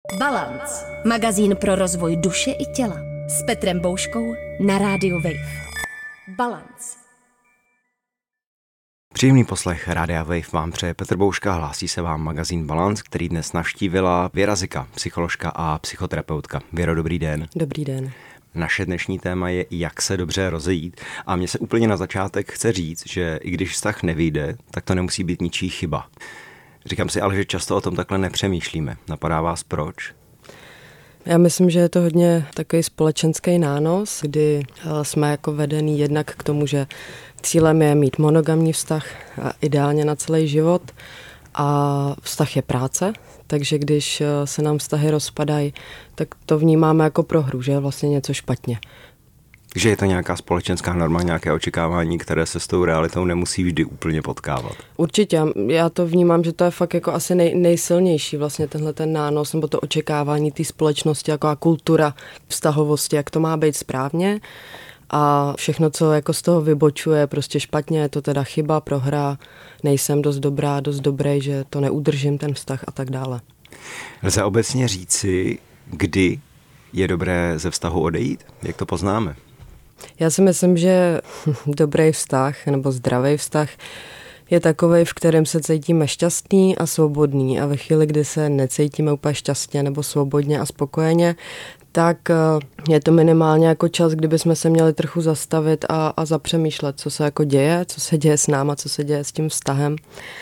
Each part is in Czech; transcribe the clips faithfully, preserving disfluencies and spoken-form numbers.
Balance. Magazín pro rozvoj duše i těla. S Petrem Bouškou na rádiu Wave. Balance. Příjemný poslech Rádia Wave vám přeje Petr Bouška, hlásí se vám magazín Balance, který dnes navštívila Věra Zika, psycholožka a psychoterapeutka. Věro, dobrý den. Dobrý den. Naše dnešní téma je, jak se dobře rozejít. A mně se úplně na začátek chce říct, že i když vztah nevyjde, tak to nemusí být ničí chyba. Říkám si ale, že často o tom takhle nepřemýšlíme. Napadá vás proč? Já myslím, že je to hodně takový společenský nános, kdy jsme jako vedený jednak k tomu, že cílem je mít monogamní vztah a ideálně na celý život a vztah je práce, takže když se nám vztahy rozpadají, tak to vnímáme jako prohru, že je vlastně něco špatně. Že je to nějaká společenská norma, nějaké očekávání, které se s tou realitou nemusí vždy úplně potkávat. Určitě, já to vnímám, že to je fakt jako asi nej, nejsilnější vlastně tenhle ten nános, nebo to očekávání té společnosti, jako a kultura vztahovosti, jak to má být správně. A všechno, co jako z toho vybočuje, prostě špatně, je to teda chyba, prohra, nejsem dost dobrá, dost dobrý, že to neudržím ten vztah a tak dále. Lze obecně říci, kdy je dobré ze vztahu odejít? Jak to poznáme? Já si myslím, že dobrý vztah nebo zdravý vztah je takovej, v kterém se cítíme šťastný a svobodný a ve chvíli, kdy se necítíme úplně šťastně nebo svobodně a spokojeně, tak je to minimálně jako čas, kdyby jsme se měli trochu zastavit a, a zapřemýšlet, co se jako děje, co se děje s náma, co se děje s tím vztahem.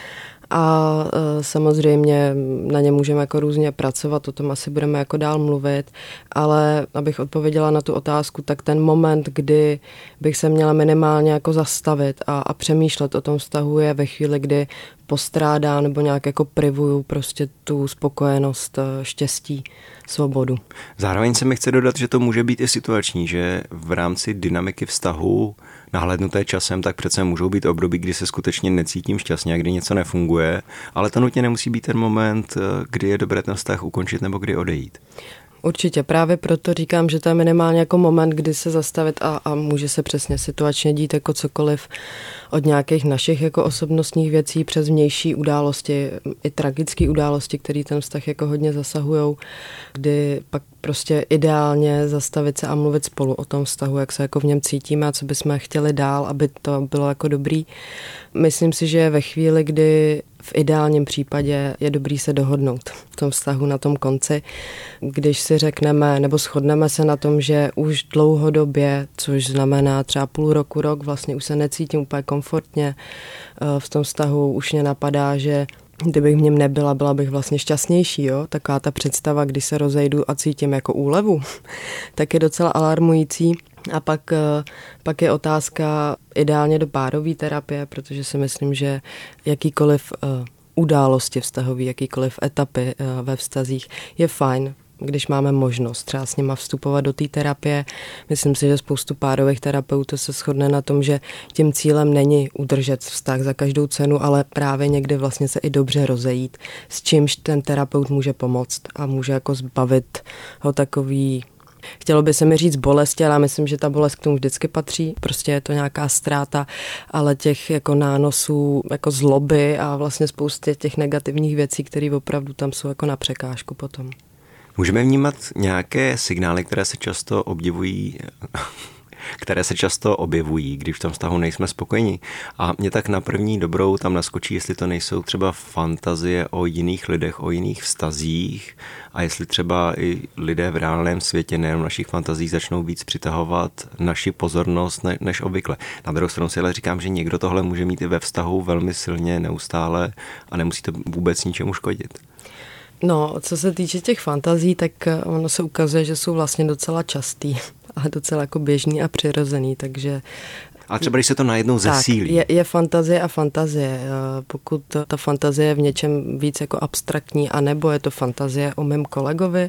A e, samozřejmě na ně můžeme jako různě pracovat, o tom asi budeme jako dál mluvit, ale abych odpověděla na tu otázku, tak ten moment, kdy bych se měla minimálně jako zastavit a, a přemýšlet o tom vztahu je ve chvíli, kdy postrádám nebo nějak jako privuju prostě tu spokojenost, štěstí, svobodu. Zároveň se mi chce dodat, že to může být i situační, že v rámci dynamiky vztahu nahlédnuté časem, tak přece můžou být období, kdy se skutečně necítím šťastně a kdy něco nefunguje, ale to nutně nemusí být ten moment, kdy je dobré ten vztah ukončit nebo kdy odejít. Určitě, právě proto říkám, že to je minimálně jako moment, kdy se zastavit a, a může se přesně situačně dít jako cokoliv od nějakých našich jako osobnostních věcí přes vnější události, i tragické události, které ten vztah jako hodně zasahujou, kdy pak prostě ideálně zastavit se a mluvit spolu o tom vztahu, jak se jako v něm cítíme a co bychom chtěli dál, aby to bylo jako dobrý. Myslím si, že ve chvíli, kdy v ideálním případě je dobrý se dohodnout v tom vztahu na tom konci, když si řekneme nebo shodneme se na tom, že už dlouhodobě, což znamená třeba půl roku, rok, vlastně už se necítím úplně komfortně v tom vztahu, už mě napadá, že kdybych v něm nebyla, byla bych vlastně šťastnější, jo? Taková ta představa, když se rozejdu a cítím jako úlevu, tak je docela alarmující. A pak, pak je otázka ideálně do párové terapie, protože si myslím, že jakýkoliv události vztahový, jakýkoliv etapy ve vztazích je fajn, když máme možnost třeba s nima vstupovat do té terapie. Myslím si, že spoustu párových terapeutů se shodne na tom, že tím cílem není udržet vztah za každou cenu, ale právě někdy vlastně se i dobře rozejít, s čímž ten terapeut může pomoct a může jako zbavit ho takový, chtělo by se mi říct bolesti, ale já myslím, že ta bolest k tomu vždycky patří. Prostě je to nějaká ztráta, ale těch jako nánosů, jako zloby a vlastně spoustě těch negativních věcí, které opravdu tam jsou jako na překážku potom. Můžeme vnímat nějaké signály, které se často obdivují, které se často objevují, když v tom vztahu nejsme spokojeni. A mě tak na první dobrou tam naskočí, jestli to nejsou třeba fantazie o jiných lidech, o jiných vztazích a jestli třeba i lidé v reálném světě, nejen v našich fantazích, začnou víc přitahovat naši pozornost ne, než obvykle. Na druhou stranu si ale říkám, že někdo tohle může mít i ve vztahu velmi silně, neustále a nemusí to vůbec ničemu škodit. No, co se týče těch fantazí, tak ono se ukazuje, že jsou vlastně docela častý a docela jako běžný a přirozený, takže... A třeba když se to najednou zesílí. Tak, je, je fantazie a fantazie. Pokud ta fantazie je v něčem víc jako abstraktní, anebo je to fantazie o mém kolegovi,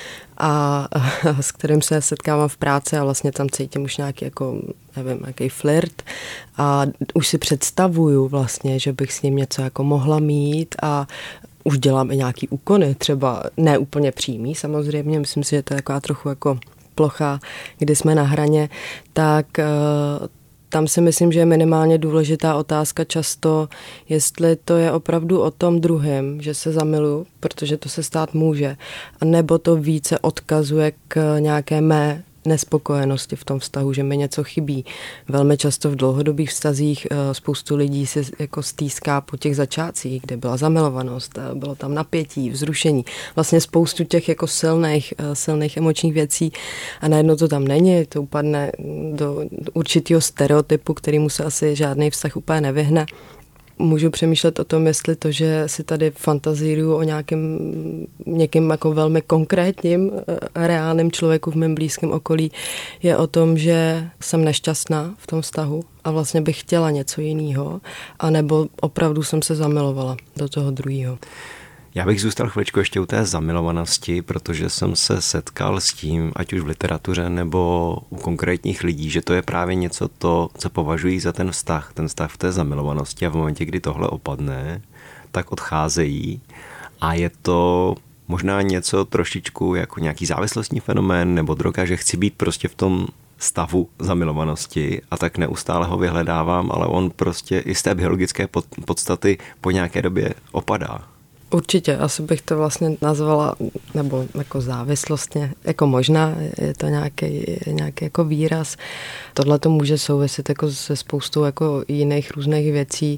a s kterým se setkávám v práci a vlastně tam cítím už nějaký jako, nevím, nějaký flirt a už si představuju vlastně, že bych s ním něco jako mohla mít a už dělám i nějaký úkony, třeba ne úplně přímý samozřejmě, myslím si, že to je taková trochu jako plocha, kdy jsme na hraně, tak tam si myslím, že je minimálně důležitá otázka často, jestli to je opravdu o tom druhém, že se zamiluju, protože to se stát může, nebo to více odkazuje k nějaké mé nespokojenosti v tom vztahu, že mi něco chybí. Velmi často v dlouhodobých vztazích spoustu lidí se jako stýská po těch začátcích, kde byla zamilovanost, bylo tam napětí, vzrušení, vlastně spoustu těch jako silných, silných emočních věcí a najednou to tam není, to upadne do určitého stereotypu, kterýmu se asi žádný vztah úplně nevyhne. Můžu přemýšlet o tom, jestli to, že si tady fantazíruju o nějakém někým jako velmi konkrétním, reálném člověku v mém blízkém okolí, je o tom, že jsem nešťastná v tom vztahu a vlastně bych chtěla něco jiného, anebo opravdu jsem se zamilovala do toho druhého. Já bych zůstal chviličku ještě u té zamilovanosti, protože jsem se setkal s tím, ať už v literatuře nebo u konkrétních lidí, že to je právě něco to, co považují za ten vztah, ten vztah v té zamilovanosti a v momentě, kdy tohle opadne, tak odcházejí a je to možná něco trošičku jako nějaký závislostní fenomén nebo droga, že chci být prostě v tom stavu zamilovanosti a tak neustále ho vyhledávám, ale on prostě i z té biologické podstaty po nějaké době opadá. Určitě, asi bych to vlastně nazvala, nebo jako závislostně, jako možná, je to nějaký, nějaký jako výraz. Tohle to může souviset jako se spoustou jako jiných různých věcí.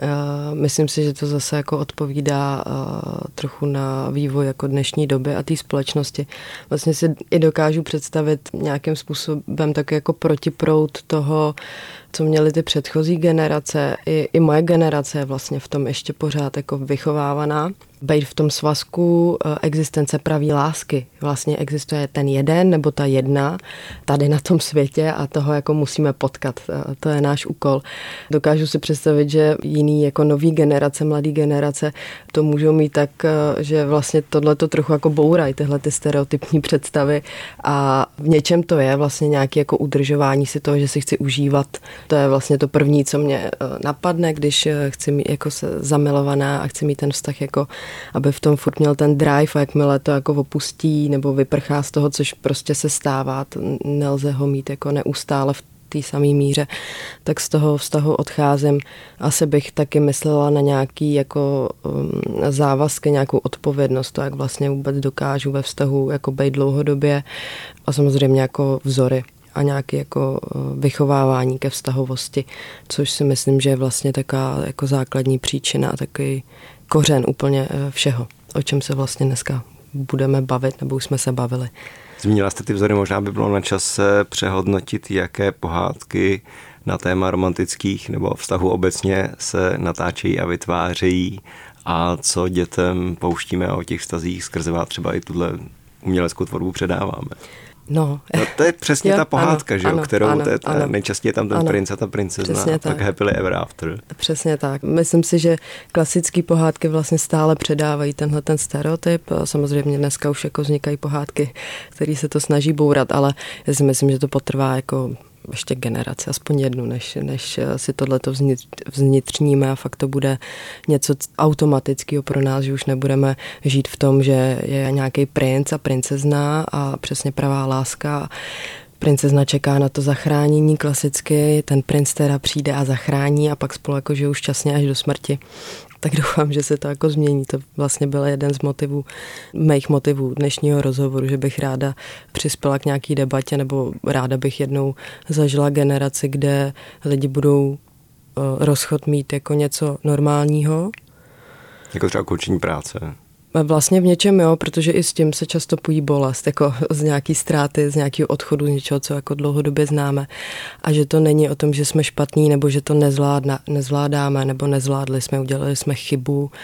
Myslím si, že to zase jako odpovídá trochu na vývoj jako dnešní doby a té společnosti. Vlastně si i dokážu představit nějakým způsobem taky jako protiproud toho, co měly ty předchozí generace, i, i moje generace je vlastně v tom ještě pořád jako vychovávaná. Být v tom svazku existence pravý lásky. Vlastně existuje ten jeden nebo ta jedna tady na tom světě a toho jako musíme potkat. To je náš úkol. Dokážu si představit, že jiný jako nový generace, mladý generace to můžou mít tak, že vlastně tohle to trochu jako bourají, tyhle ty stereotypní představy a v něčem to je vlastně nějaké jako udržování si toho, že si chci užívat. To je vlastně to první, co mě napadne, když chci mít jako se zamilovaná a chci mít ten vztah jako aby v tom furt měl ten drive a jakmile to jako opustí nebo vyprchá z toho, což prostě se stává, nelze ho mít jako neustále v té samé míře, tak z toho vztahu odcházím. Asi bych taky myslela na nějaký jako um, závazky, nějakou odpovědnost, to jak vlastně vůbec dokážu ve vztahu jako být dlouhodobě a samozřejmě jako vzory a nějaké jako vychovávání ke vztahovosti, což si myslím, že je vlastně taková jako základní příčina a takový kořen úplně všeho, o čem se vlastně dneska budeme bavit, nebo už jsme se bavili. Zmínila jste ty vzory, možná by bylo na čase přehodnotit, jaké pohádky na téma romantických nebo vztahu obecně se natáčejí a vytvářejí a co dětem pouštíme a o těch vztazích skrze třeba i tuhle uměleckou tvorbu předáváme. No. no to je přesně jo, ta pohádka, ano, že jo, ano, kterou ano, te, ano, nejčastěji je tam ten ano, princ a ta princezna a tak happily ever after. Přesně tak. Myslím si, že klasické pohádky vlastně stále předávají tenhle ten stereotyp. Samozřejmě dneska už jako vznikají pohádky, které se to snaží bourat, ale já si myslím, že to potrvá jako ještě generace, aspoň jednu, než, než si tohleto vnitřníme a fakt to bude něco automatického pro nás, že už nebudeme žít v tom, že je nějaký princ a princezna a přesně pravá láska. Princezna čeká na to zachránění klasicky, ten princ teda přijde a zachrání a pak spolu jako žijou šťastně až do smrti. Tak doufám, že se to jako změní. To vlastně byl jeden z motivů, mých motivů dnešního rozhovoru, že bych ráda přispěla k nějaký debatě nebo ráda bych jednou zažila generaci, kde lidi budou uh, rozchod mít jako něco normálního. Jako třeba ukončení práce. Vlastně v něčem jo, protože i s tím se často pojí bolest, jako z nějaký ztráty, z nějakého odchodu, z něčeho, co jako dlouhodobě známe. A že to není o tom, že jsme špatní, nebo že to nezvládna, nezvládáme, nebo nezvládli jsme, udělali jsme chybu uh,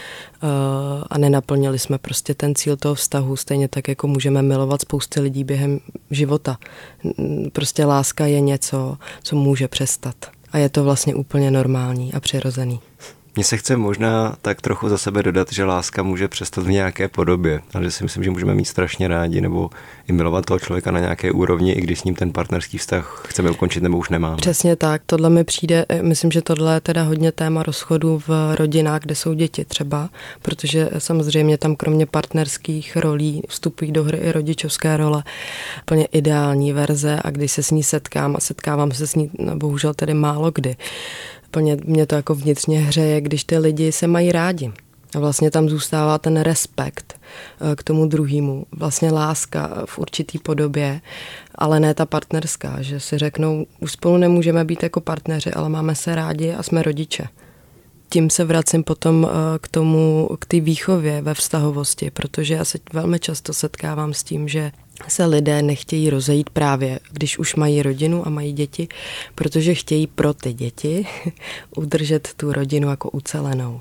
a nenaplnili jsme prostě ten cíl toho vztahu. Stejně tak, jako můžeme milovat spousty lidí během života. Prostě láska je něco, co může přestat. A je to vlastně úplně normální a přirozený. Mně se chce možná tak trochu za sebe dodat, že láska může přestat v nějaké podobě, ale že si myslím, že můžeme mít strašně rádi nebo i milovat toho člověka na nějaké úrovni, i když s ním ten partnerský vztah chceme ukončit nebo už nemáme. Přesně tak, tohle mi přijde, myslím, že tohle je teda hodně téma rozchodu v rodinách, kde jsou děti třeba, protože samozřejmě tam kromě partnerských rolí vstupují do hry i rodičovské role. Úplně ideální verze a když se s ní setkám a setkávám se s ní no, bohužel tedy málo kdy. Plně mě to jako vnitřně hřeje, když ty lidi se mají rádi. A vlastně tam zůstává ten respekt k tomu druhému. Vlastně láska v určitý podobě, ale ne ta partnerská, že si řeknou, už spolu nemůžeme být jako partneři, ale máme se rádi a jsme rodiče. Tím se vracím potom k tomu, k té výchově ve vztahovosti, protože já se velmi často setkávám s tím, že se lidé nechtějí rozejít právě, když už mají rodinu a mají děti, protože chtějí pro ty děti udržet tu rodinu jako ucelenou.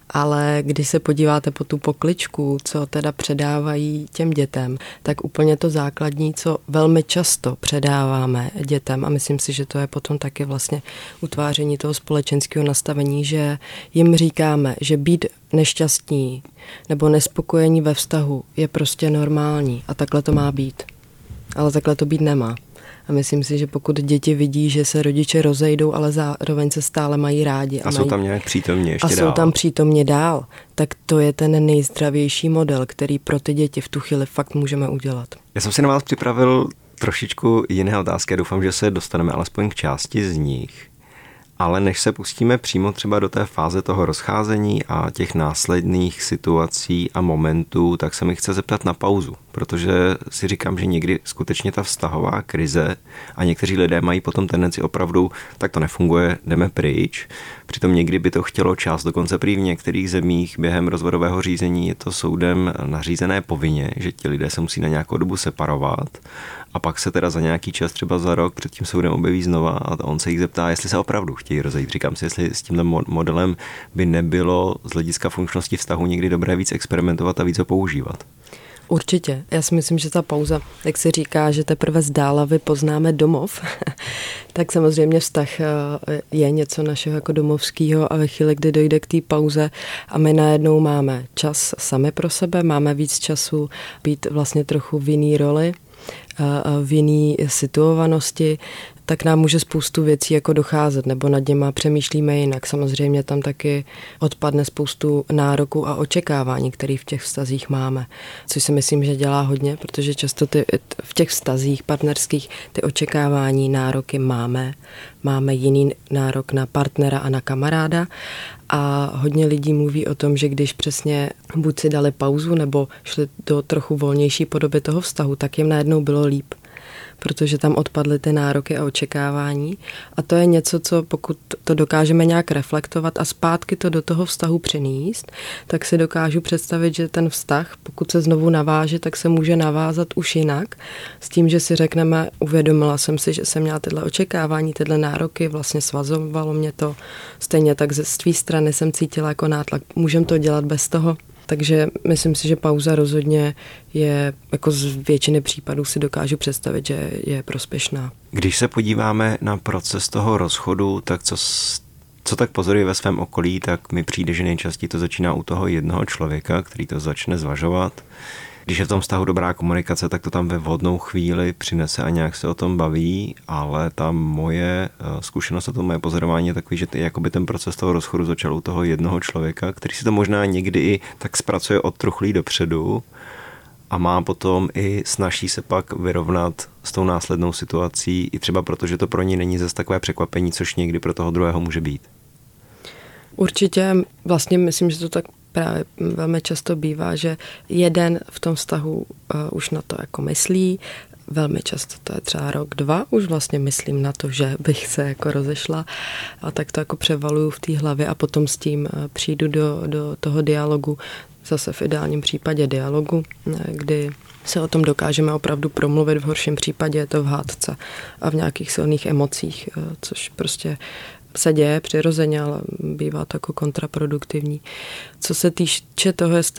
Ale když se podíváte po tu pokličku, co teda předávají těm dětem, tak úplně to základní, co velmi často předáváme dětem, a myslím si, že to je potom taky vlastně utváření toho společenského nastavení, že jim říkáme, že být nešťastní nebo nespokojení ve vztahu je prostě normální a takhle to má být. Ale takhle to být nemá. A myslím si, že pokud děti vidí, že se rodiče rozejdou, ale zároveň se stále mají rádi. A, a jsou mají, tam nějak přítomně ještě a dál. jsou tam přítomně dál, tak to je ten nejzdravější model, který pro ty děti v tu chvíli fakt můžeme udělat. Já jsem si na vás připravil trošičku jiné otázky a doufám, že se dostaneme alespoň k části z nich. Ale než se pustíme přímo třeba do té fáze toho rozcházení a těch následných situací a momentů, tak se mi chce zeptat na pauzu, protože si říkám, že někdy skutečně ta vztahová krize a někteří lidé mají potom tendenci opravdu, tak to nefunguje, jdeme pryč. Přitom někdy by to chtělo čas, dokonce prý v některých zemích během rozvodového řízení je to soudem nařízené povinně, že ti lidé se musí na nějakou dobu separovat. A pak se teda za nějaký čas, třeba za rok, před tím soudem objeví znova a on se jich zeptá, jestli se opravdu chtějí rozejít. Říkám si, jestli s tímhle modelem by nebylo z hlediska funkčnosti vztahu někdy dobré víc experimentovat a víc ho používat. Určitě. Já si myslím, že ta pauza, jak se říká, že teprve z dálavy poznáme domov, tak samozřejmě vztah je něco našeho jako domovského a ve chvíli, kdy dojde k té pauze a my najednou máme čas sami pro sebe, máme víc času být vlastně trochu v jiný roli, v jiný situovanosti, tak nám může spoustu věcí jako docházet, nebo nad něma přemýšlíme jinak. Samozřejmě tam taky odpadne spoustu nároků a očekávání, které v těch vztazích máme. Což si myslím, že dělá hodně, protože často ty, v těch vztazích partnerských ty očekávání, nároky máme. Máme jiný nárok na partnera a na kamaráda. A hodně lidí mluví o tom, že když přesně buď si dali pauzu, nebo šli do trochu volnější podoby toho vztahu, tak jim najednou bylo líp. Protože tam odpadly ty nároky a očekávání. A to je něco, co pokud to dokážeme nějak reflektovat a zpátky to do toho vztahu přenést, tak si dokážu představit, že ten vztah, pokud se znovu naváže, tak se může navázat už jinak. S tím, že si řekneme, uvědomila jsem si, že jsem měla tyhle očekávání, tyhle nároky, vlastně svazovalo mě to. Stejně tak ze své strany jsem cítila jako nátlak. Můžeme to dělat bez toho. Takže myslím si, že pauza rozhodně je, jako z většiny případů si dokážu představit, že je prospěšná. Když se podíváme na proces toho rozchodu, tak co, co tak pozoruji ve svém okolí, tak mi přijde, že nejčastěji to začíná u toho jednoho člověka, který to začne zvažovat. Když je v tom vztahu dobrá komunikace, tak to tam ve vhodnou chvíli přinese a nějak se o tom baví, ale ta moje zkušenost a to moje pozorování je takový, že ty, jakoby ten proces toho rozchodu začal u toho jednoho člověka, který si to možná někdy i tak zpracuje od truchlí dopředu a má potom i snaží se pak vyrovnat s tou následnou situací, i třeba proto, že to pro ní není zase takové překvapení, což někdy pro toho druhého může být. Určitě, vlastně myslím, že to tak právě velmi často bývá, že jeden v tom vztahu uh, už na to jako myslí, velmi často to je třeba rok, dva, už vlastně myslím na to, že bych se jako rozešla a tak to jako převaluju v té hlavě a potom s tím uh, přijdu do, do toho dialogu, zase v ideálním případě dialogu, kdy se o tom dokážeme opravdu promluvit, v horším případě je to v hádce a v nějakých silných emocích, uh, což prostě se děje přirozeně, ale bývá to jako kontraproduktivní. Co se týče toho, jestli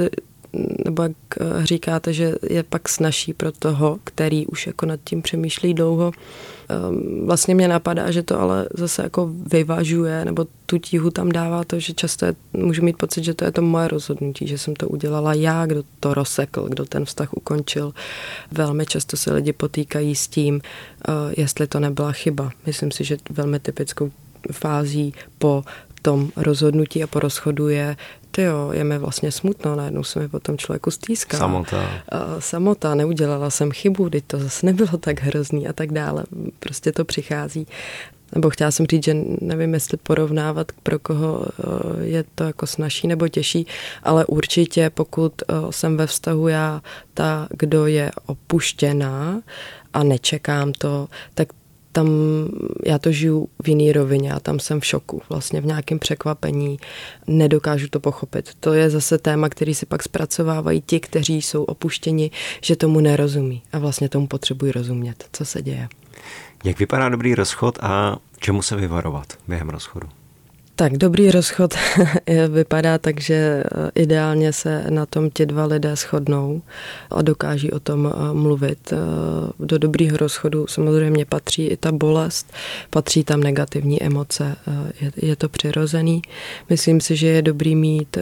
nebo jak říkáte, že je pak snazší pro toho, který už jako nad tím přemýšlí dlouho. Vlastně mě napadá, že to ale zase jako vyvažuje, nebo tu tíhu tam dává to, že často je, můžu mít pocit, že to je to moje rozhodnutí, že jsem to udělala já, kdo to rozsekl, kdo ten vztah ukončil. Velmi často se lidi potýkají s tím, jestli to nebyla chyba. Myslím si, že velmi typickou fází po tom rozhodnutí a po rozchodu je, tyjo, je mi vlastně smutno, najednou se mi potom člověku stýská. Samota. Samota, neudělala jsem chybu, teď to zase nebylo tak hrozný a tak dále. Prostě to přichází. Nebo chtěla jsem říct, že nevím, jestli porovnávat, pro koho je to jako snazší nebo těžší, ale určitě pokud jsem ve vztahu já, ta, kdo je opuštěná a nečekám to, tak tam já to žiju v jiný rovině a tam jsem v šoku, vlastně v nějakém překvapení, nedokážu to pochopit. To je zase téma, který si pak zpracovávají ti, kteří jsou opuštěni, že tomu nerozumí a vlastně tomu potřebují rozumět, co se děje. Jak vypadá dobrý rozchod a čemu se vyvarovat během rozchodu? Tak dobrý rozchod vypadá tak, že ideálně se na tom ti dva lidé shodnou a dokáží o tom mluvit. Do dobrýho rozchodu samozřejmě patří i ta bolest, patří tam negativní emoce, je, je to přirozený. Myslím si, že je dobrý mít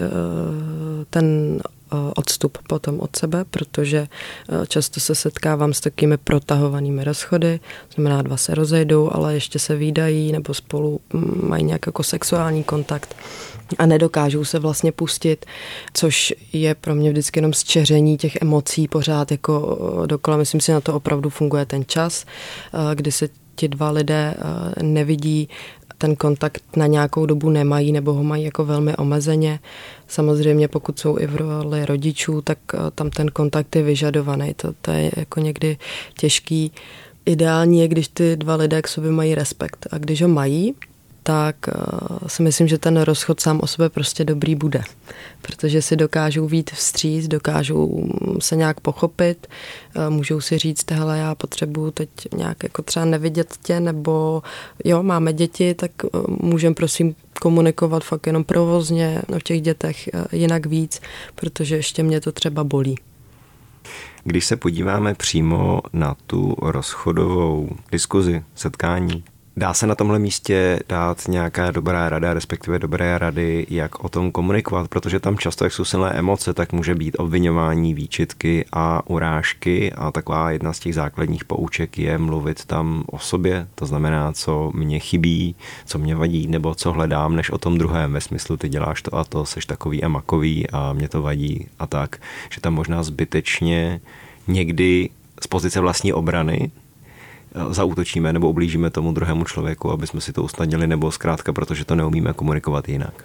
ten odstup potom od sebe, protože často se setkávám s takými protahovanými rozchody, znamená dva se rozejdou, ale ještě se vídají nebo spolu mají nějak jako sexuální kontakt a nedokážou se vlastně pustit, což je pro mě vždycky jenom zčeření těch emocí pořád jako dokola. Myslím si, na to opravdu funguje ten čas, kdy se ti dva lidé nevidí, ten kontakt na nějakou dobu nemají nebo ho mají jako velmi omezeně. Samozřejmě pokud jsou i v roli rodičů, tak tam ten kontakt je vyžadovaný. To, to je jako někdy těžký. Ideální je, když ty dva lidé k sobě mají respekt. A když ho mají, tak si myslím, že ten rozchod sám o sobě prostě dobrý bude. Protože si dokážou vyjít vstříc, dokážou se nějak pochopit, můžou si říct, hele, já potřebuju teď nějak jako třeba nevidět tě, nebo jo, máme děti, tak můžeme prosím komunikovat fakt jenom provozně o těch dětech jinak víc, protože ještě mě to třeba bolí. Když se podíváme přímo na tu rozchodovou diskuzi, setkání, dá se na tomhle místě dát nějaká dobrá rada, respektive dobré rady, jak o tom komunikovat, protože tam často, jak jsou silné emoce, tak může být obviňování, výčitky a urážky a taková jedna z těch základních pouček je mluvit tam o sobě, to znamená, co mě chybí, co mě vadí, nebo co hledám, než o tom druhém, ve smyslu ty děláš to a to, seš takový a makový a mě to vadí a tak, že tam možná zbytečně někdy z pozice vlastní obrany zaútočíme nebo ublížíme tomu druhému člověku, aby jsme si to usnadnili, nebo zkrátka, protože to neumíme komunikovat jinak.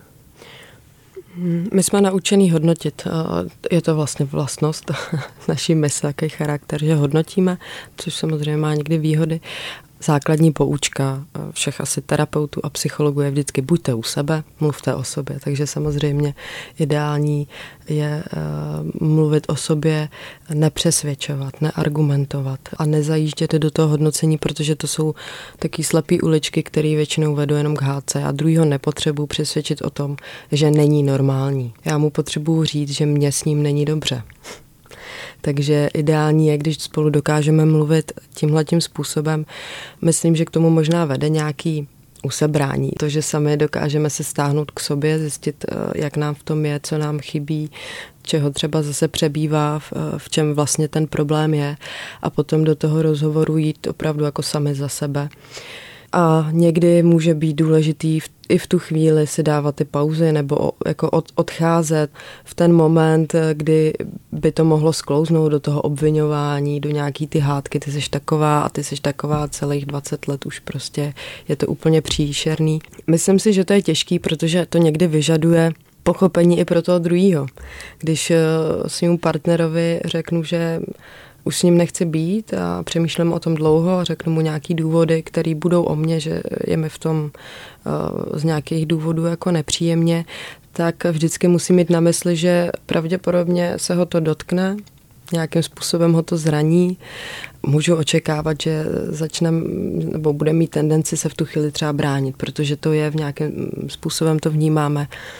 My jsme naučený hodnotit. Je to vlastně vlastnost naší mysle, jaký charakter, že hodnotíme, což samozřejmě má někdy výhody. Základní poučka všech asi terapeutů a psychologů je vždycky buďte u sebe, mluvte o sobě. Takže samozřejmě ideální je uh, mluvit o sobě, nepřesvědčovat, neargumentovat a nezajíždět do toho hodnocení, protože to jsou taky slepý uličky, které většinou vedou jenom k hádce. Já druhýho nepotřebuji přesvědčit o tom, že není normální. Já mu potřebuji říct, že mě s ním není dobře. Takže ideální je, když spolu dokážeme mluvit tímhletím způsobem. Myslím, že k tomu možná vede nějaký usebrání. To, že sami dokážeme se stáhnout k sobě, zjistit, jak nám v tom je, co nám chybí, čeho třeba zase přebývá, v čem vlastně ten problém je a potom do toho rozhovoru jít opravdu jako sami za sebe. A někdy může být důležitý v, i v tu chvíli si dávat ty pauzy nebo jako od, odcházet v ten moment, kdy by to mohlo sklouznout do toho obviňování, do nějaký ty hádky, ty jsi taková a ty jsi taková celých dvacet let už prostě je to úplně příšerný. Myslím si, že to je těžký, protože to někdy vyžaduje pochopení i pro toho druhýho. Když svému partnerovi řeknu, že už s ním nechci být a přemýšlím o tom dlouho a řeknu mu nějaký důvody, které budou o mně, že je mi v tom uh, z nějakých důvodů jako nepříjemně, tak vždycky musím mít na mysli, že pravděpodobně se ho to dotkne, nějakým způsobem ho to zraní. Můžu očekávat, že začneme nebo bude mít tendenci se v tu chvíli třeba bránit, protože to je v nějakém způsobem to vnímáme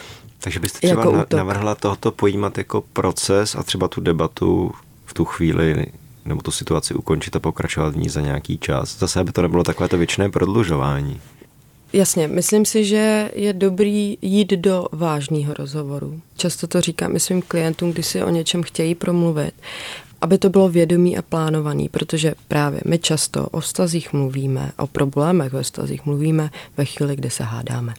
Takže byste třeba jako na, navrhla tohoto pojímat jako proces a třeba tu debatu v tu chvíli nebo tu situaci ukončit a pokračovat v ní za nějaký čas. Zase, aby to nebylo takové to věčné prodlužování. Jasně, myslím si, že je dobrý jít do vážného rozhovoru. Často to říkám i svým klientům, když si o něčem chtějí promluvit, aby to bylo vědomý a plánovaný, protože právě my často o vztazích mluvíme, o problémech ve vztazích mluvíme ve chvíli, kdy se hádáme.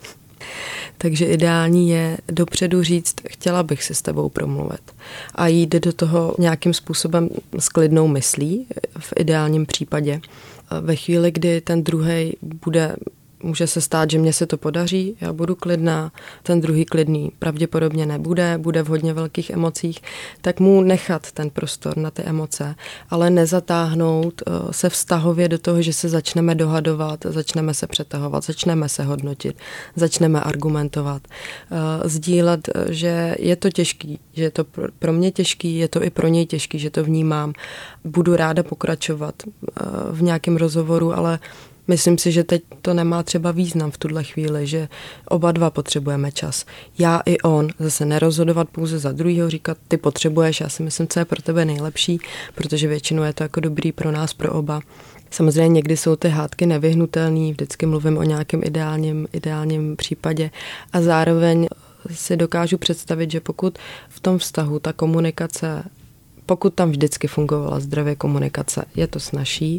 Takže ideální je dopředu říct, chtěla bych si s tebou promluvit a jít do toho nějakým způsobem s klidnou myslí, v ideálním případě. Ve chvíli, kdy ten druhej bude, může se stát, že mně se to podaří, já budu klidná, ten druhý klidný pravděpodobně nebude, bude v hodně velkých emocích, tak mu nechat ten prostor na ty emoce, ale nezatáhnout se vztahově do toho, že se začneme dohadovat, začneme se přetahovat, začneme se hodnotit, začneme argumentovat, sdílet, že je to těžký, že je to pro mě těžký, je to i pro něj těžký, že to vnímám. Budu ráda pokračovat v nějakém rozhovoru, ale myslím si, že teď to nemá třeba význam v tuhle chvíli, že oba dva potřebujeme čas. Já i on, zase nerozhodovat pouze za druhýho, říkat, ty potřebuješ, já si myslím, co je pro tebe nejlepší, protože většinou je to jako dobrý pro nás, pro oba. Samozřejmě někdy jsou ty hádky nevyhnutelné, vždycky mluvím o nějakém ideálním, ideálním případě a zároveň si dokážu představit, že pokud v tom vztahu ta komunikace, pokud tam vždycky fungovala zdravě komunikace, je to snazší,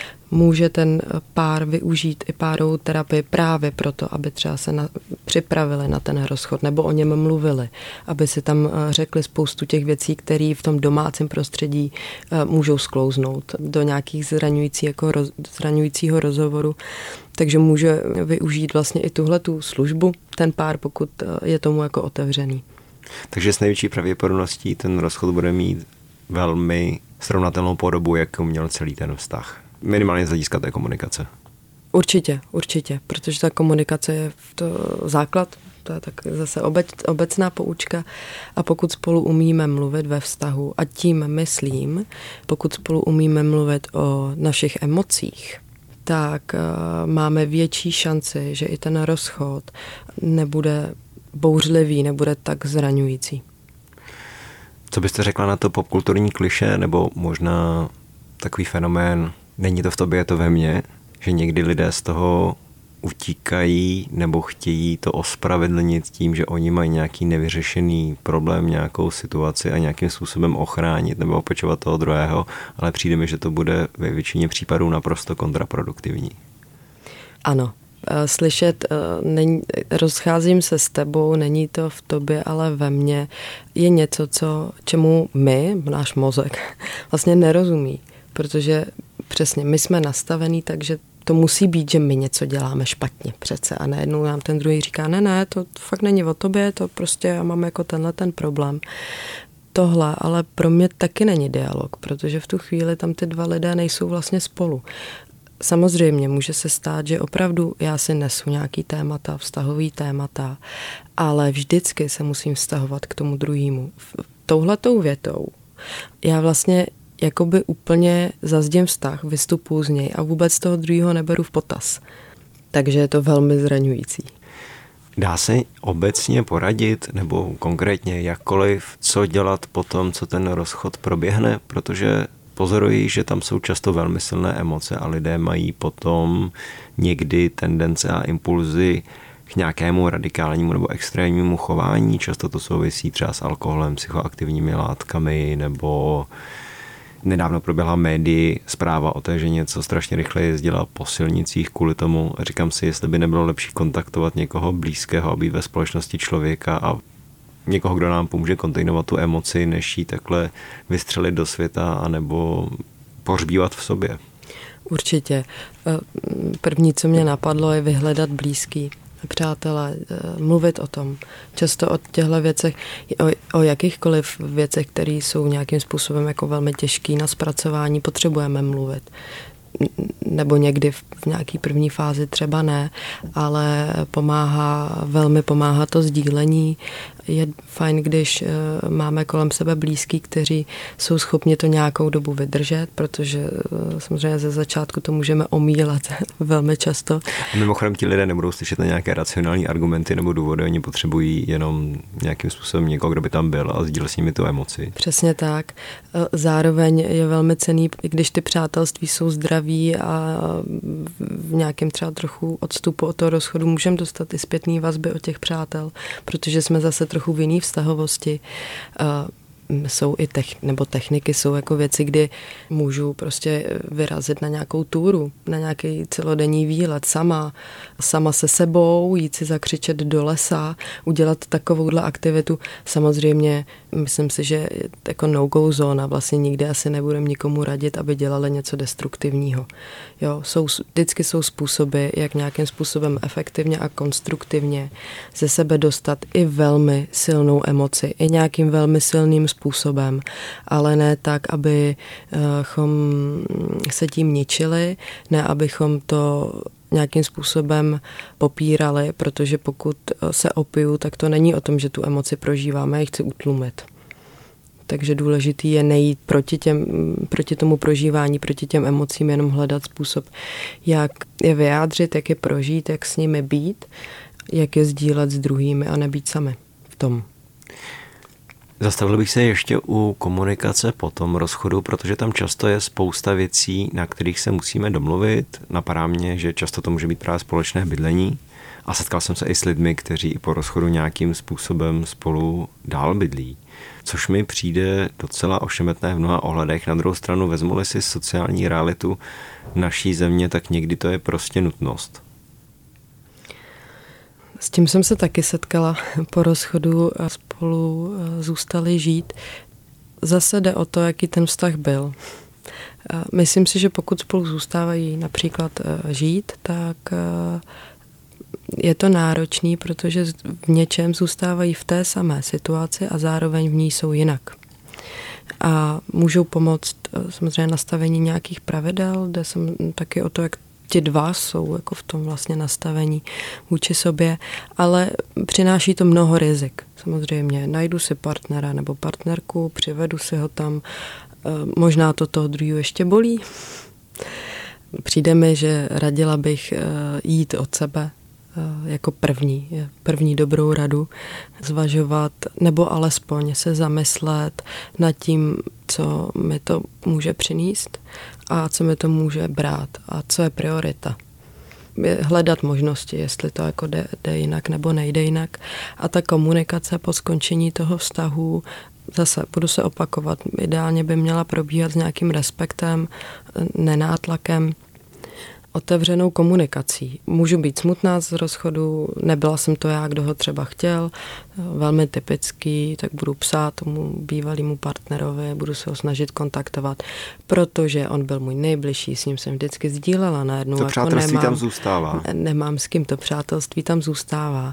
může ten pár využít i párovou terapii právě proto, aby třeba se na, připravili na ten rozchod nebo o něm mluvili, aby si tam řekli spoustu těch věcí, které v tom domácím prostředí můžou sklouznout do nějakých zraňující, jako roz, zraňujícího rozhovoru. Takže může využít vlastně i tuhletu službu ten pár, pokud je tomu jako otevřený. Takže s největší pravděpodobností ten rozchod bude mít velmi srovnatelnou podobu, jak měl celý ten vztah. Minimálně z hlediska té komunikace. Určitě, určitě, protože ta komunikace je to základ, to je tak zase obec, obecná poučka a pokud spolu umíme mluvit ve vztahu a tím myslím, pokud spolu umíme mluvit o našich emocích, tak uh, máme větší šanci, že i ten rozchod nebude bouřlivý, nebude tak zraňující. Co byste řekla na to popkulturní klišé nebo možná takový fenomén, není to v tobě, je to ve mně, že někdy lidé z toho utíkají nebo chtějí to ospravedlnit tím, že oni mají nějaký nevyřešený problém, nějakou situaci a nějakým způsobem ochránit nebo opečovat toho druhého, ale přijde mi, že to bude ve většině případů naprosto kontraproduktivní. Ano. Slyšet, není, rozcházím se s tebou, není to v tobě, ale ve mně, je něco, co, čemu my, náš mozek, vlastně nerozumí, protože přesně my jsme nastavení, takže to musí být, že my něco děláme špatně přece a najednou nám ten druhý říká, ne, ne, to fakt není o tobě, to prostě já mám jako tenhle ten problém. Tohle, ale pro mě taky není dialog, protože v tu chvíli tam ty dva lidé nejsou vlastně spolu. Samozřejmě může se stát, že opravdu já si nesu nějaký témata, vztahový témata, ale vždycky se musím vztahovat k tomu druhému. Touhletou větou já vlastně jakoby úplně zazděm vztah, vystupuji z něj a vůbec toho druhého neberu v potaz. Takže je to velmi zraňující. Dá se obecně poradit, nebo konkrétně jakkoliv, co dělat po tom, co ten rozchod proběhne, protože pozoruji, že tam jsou často velmi silné emoce a lidé mají potom někdy tendence a impulzy k nějakému radikálnímu nebo extrémnímu chování. Často to souvisí třeba s alkoholem, psychoaktivními látkami nebo nedávno proběhla médii zpráva o té, že něco strašně rychle jezdila po silnicích kvůli tomu. Říkám si, jestli by nebylo lepší kontaktovat někoho blízkého a být ve společnosti člověka a někoho, kdo nám pomůže kontejnovat tu emoci, než ji takhle vystřelit do světa anebo pohřbívat v sobě. Určitě. První, co mě napadlo, je vyhledat blízký, přátelé, mluvit o tom. Často o těchto věcech, o, o jakýchkoliv věcech, které jsou nějakým způsobem jako velmi těžký na zpracování, potřebujeme mluvit. nebo někdy v nějaký první fázi třeba ne, ale pomáhá, velmi pomáhá to sdílení. Je fajn, když máme kolem sebe blízký, kteří jsou schopni to nějakou dobu vydržet, protože samozřejmě ze začátku to můžeme omílat velmi často. A mimochodem ti lidé nebudou slyšet na nějaké racionální argumenty nebo důvody, oni potřebují jenom nějakým způsobem někoho, kdo by tam byl a sdílel s nimi tu emoci. Přesně tak. Zároveň je velmi cenný, i když ty přátelství jsou zdraví a v nějakém třeba trochu odstupu od toho rozchodu můžeme dostat i zpětný vazby od těch přátel, protože jsme zase trochu v jiný vztahovosti. Jsou i tech, nebo techniky, jsou jako věci, kdy můžu prostě vyrazit na nějakou túru, na nějaký celodenní výlet sama, sama se sebou, jít si zakřičet do lesa, udělat takovouhle aktivitu. Samozřejmě myslím si, že jako no-go zóna, vlastně nikdy asi nebudem nikomu radit, aby dělali něco destruktivního. Jo, jsou, vždycky jsou způsoby, jak nějakým způsobem efektivně a konstruktivně ze sebe dostat i velmi silnou emoci, i nějakým velmi silným způsobem, ale ne tak, abychom se tím ničili, ne abychom to nějakým způsobem popírali, protože pokud se opiju, tak to není o tom, že tu emoci prožíváme, já ji chci utlumit. Takže důležitý je nejít proti, těm, proti tomu prožívání, proti těm emocím, jenom hledat způsob, jak je vyjádřit, jak je prožít, jak s nimi být, jak je sdílet s druhými a nebýt sami v tom. Zastavil bych se ještě u komunikace po tom rozchodu, protože tam často je spousta věcí, na kterých se musíme domluvit. Napadá mě, že často to může být právě společné bydlení a setkal jsem se i s lidmi, kteří i po rozchodu nějakým způsobem spolu dál bydlí. Což mi přijde docela ošemetné v mnoha ohledech. Na druhou stranu, vezmu-li si sociální realitu naší země, tak někdy to je prostě nutnost. S tím jsem se taky setkala po rozchodu a spolu zůstali žít. Zase jde o to, jaký ten vztah byl. Myslím si, že pokud spolu zůstávají například žít, tak je to náročný, protože v něčem zůstávají v té samé situaci a zároveň v ní jsou jinak. A můžou pomoct samozřejmě nastavení nějakých pravidel, jde jsem taky o to, jak ti dva jsou jako v tom vlastně nastavení vůči sobě, ale přináší to mnoho rizik. Samozřejmě najdu si partnera nebo partnerku, přivedu si ho tam, možná to toho druhého ještě bolí. Přijde mi, že radila bych jít od sebe jako první, první dobrou radu, zvažovat nebo alespoň se zamyslet nad tím, co mi to může přinést a co mi to může brát a co je priorita. Hledat možnosti, jestli to jako jde, jde jinak nebo nejde jinak. A ta komunikace po skončení toho vztahu, zase budu se opakovat, ideálně by měla probíhat s nějakým respektem, nenátlakem, otevřenou komunikací. Můžu být smutná z rozchodu, nebyla jsem to já, kdo ho třeba chtěl, velmi typický, tak budu psát tomu bývalému partnerovi, budu se ho snažit kontaktovat, protože on byl můj nejbližší, s ním jsem vždycky sdílela najednou. To přátelství jako nemám, tam zůstává. Nemám s kým, to přátelství tam zůstává.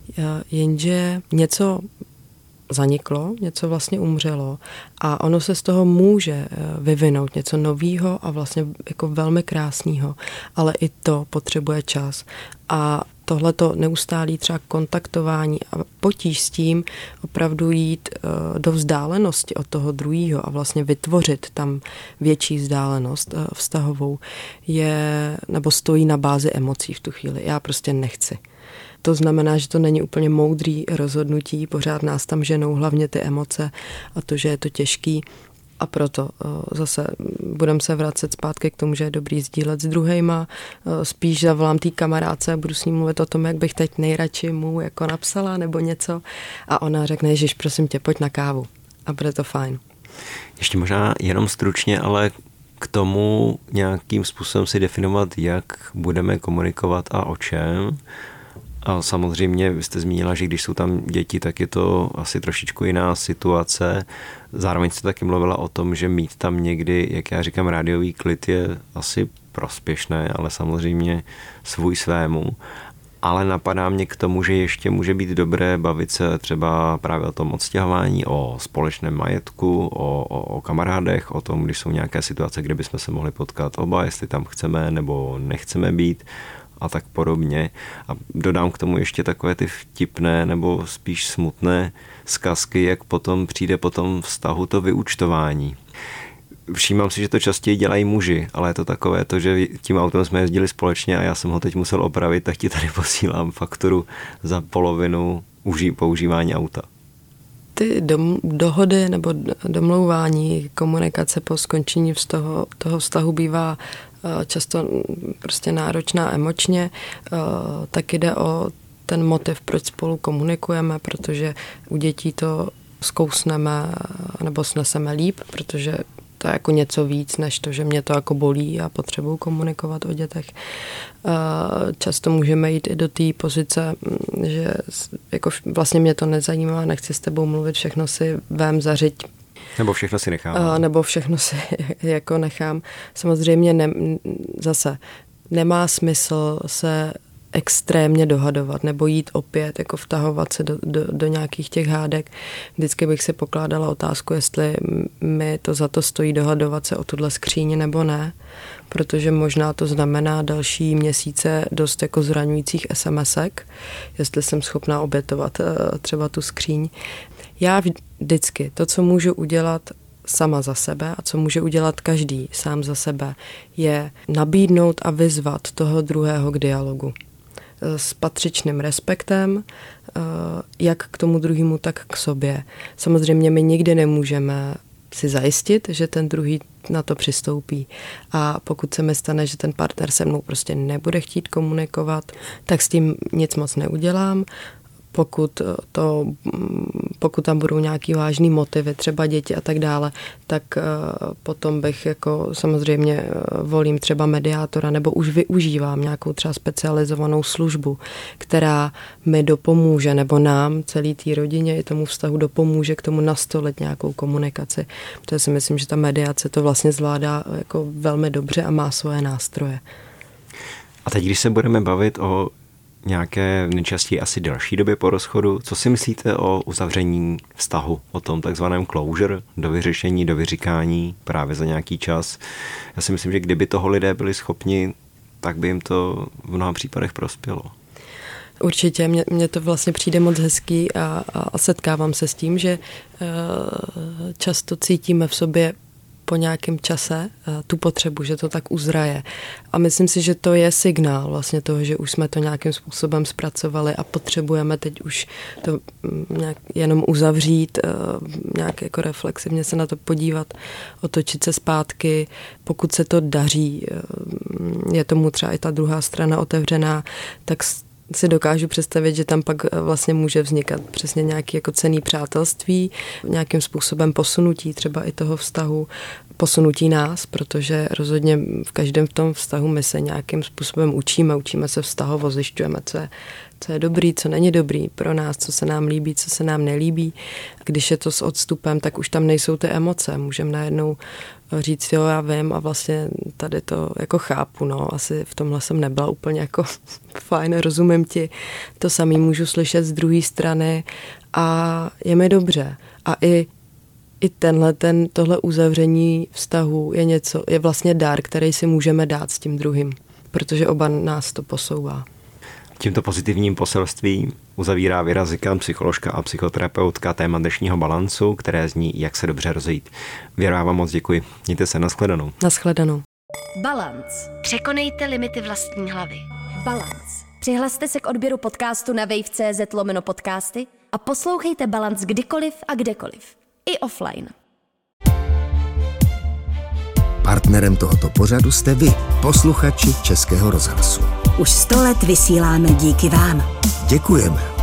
Jenže něco zaniklo, něco vlastně umřelo a ono se z toho může vyvinout něco novýho a vlastně jako velmi krásného, ale i to potřebuje čas. A tohleto neustálý třeba kontaktování a potíž s tím opravdu jít do vzdálenosti od toho druhého a vlastně vytvořit tam větší vzdálenost vztahovou je, nebo stojí na bázi emocí v tu chvíli. Já prostě nechci. To znamená, že to není úplně moudrý rozhodnutí, pořád nás tam ženou hlavně ty emoce a to, že je to těžký. A proto zase budeme se vracet zpátky k tomu, že je dobrý sdílet s druhejma. Spíš zavolám té kamarádce a budu s ní mluvit o tom, jak bych teď nejradši mu jako napsala nebo něco. A ona řekne, Ježiš, prosím tě, pojď na kávu. A bude to fajn. Ještě možná jenom stručně, ale k tomu nějakým způsobem si definovat, jak budeme komunikovat a o čem. A samozřejmě vy jste zmínila, že když jsou tam děti, tak je to asi trošičku jiná situace. Zároveň jste taky mluvila o tom, že mít tam někdy, jak já říkám, rádiový klid je asi prospěšné, ale samozřejmě svůj svému. Ale napadá mě k tomu, že ještě může být dobré bavit se třeba právě o tom odstěhování, o společném majetku, o, o, o kamarádech, o tom, když jsou nějaké situace, kde bychom se mohli potkat oba, jestli tam chceme nebo nechceme být a tak podobně. A dodám k tomu ještě takové ty vtipné nebo spíš smutné zkazky, jak potom přijde po tom vztahu to vyúčtování. Všímám si, že to častěji dělají muži, ale je to takové to, že tím autem jsme jezdili společně a já jsem ho teď musel opravit, tak ti tady posílám fakturu za polovinu uží, používání auta. Ty dom, dohody nebo domlouvání, komunikace po skončení vztahu, toho vztahu bývá často prostě náročná emočně, tak jde o ten motiv, proč spolu komunikujeme, protože u dětí to zkousneme nebo sneseme líp, protože to je jako něco víc, než to, že mě to jako bolí a potřebuji komunikovat o dětech. Často můžeme jít i do té pozice, že jako vlastně mě to nezajímá, nechci s tebou mluvit, všechno si vem zařiď. Nebo všechno si nechám. A, nebo všechno si jako nechám. Samozřejmě ne, zase nemá smysl se extrémně dohadovat nebo jít opět, jako vtahovat se do, do, do nějakých těch hádek. Vždycky bych si pokládala otázku, jestli mi to za to stojí dohadovat se o tuhle skříni nebo ne, protože možná to znamená další měsíce dost jako zraňujících SMSek, jestli jsem schopná obětovat třeba tu skříň. Já vždycky to, co můžu udělat sama za sebe a co může udělat každý sám za sebe, je nabídnout a vyzvat toho druhého k dialogu. S patřičným respektem, jak k tomu druhému, tak k sobě. Samozřejmě my nikdy nemůžeme si zajistit, že ten druhý na to přistoupí. A pokud se mi stane, že ten partner se mnou prostě nebude chtít komunikovat, tak s tím nic moc neudělám. Pokud, to, pokud tam budou nějaký vážný motivy, třeba děti a tak dále, tak potom bych jako samozřejmě volím třeba mediátora nebo už využívám nějakou třeba specializovanou službu, která mi dopomůže nebo nám, celý té rodině i tomu vztahu dopomůže k tomu nastolit nějakou komunikaci. Protože si myslím, že ta mediace to vlastně zvládá jako velmi dobře a má svoje nástroje. A teď, když se budeme bavit o nějaké nejčastěji asi delší době po rozchodu, co si myslíte o uzavření vztahu, o tom takzvaném closure, do vyřešení, do vyříkání právě za nějaký čas? Já si myslím, že kdyby toho lidé byli schopni, tak by jim to v mnoha případech prospělo. Určitě, mně, mně to vlastně přijde moc hezký a, a setkávám se s tím, že uh, často cítíme v sobě po nějakém čase tu potřebu, že to tak uzraje. A myslím si, že to je signál vlastně toho, že už jsme to nějakým způsobem zpracovali a potřebujeme teď už to nějak jenom uzavřít, nějak jako reflexivně se na to podívat, otočit se zpátky. Pokud se to daří, je tomu třeba i ta druhá strana otevřená, tak si dokážu představit, že tam pak vlastně může vznikat přesně nějaké jako cenné přátelství, nějakým způsobem posunutí třeba i toho vztahu, posunutí nás, protože rozhodně v každém v tom vztahu my se nějakým způsobem učíme, učíme se vztahovo, zjišťujeme, co je, co je dobrý, co není dobrý pro nás, co se nám líbí, co se nám nelíbí. Když je to s odstupem, tak už tam nejsou ty emoce, můžeme najednou říct, jo, já vím a vlastně tady to jako chápu, no, asi v tomhle jsem nebyla úplně jako fajn, rozumím ti, to samý můžu slyšet z druhé strany a je mi dobře. A i, i tenhle, ten, tohle uzavření vztahu je něco, je vlastně dár, který si můžeme dát s tím druhým, protože oba nás to posouvá. Tímto pozitivním poselstvím uzavírá Věra Zikán, psycholožka a psychoterapeutka, téma dnešního Balancu, které zní Jak se dobře rozejít. Věra, vám moc děkuji. Mějte se, nashledanou. Nashledanou. Balance. Překonejte limity vlastní hlavy. Balance. Přihlaste se k odběru podcastu na wave tečka cé zet lomeno podcasty a poslouchejte Balance kdykoliv a kdekoliv. I offline. Partnerem tohoto pořadu jste vy, posluchači Českého rozhlasu. Už sto let vysíláme díky vám. Děkujeme.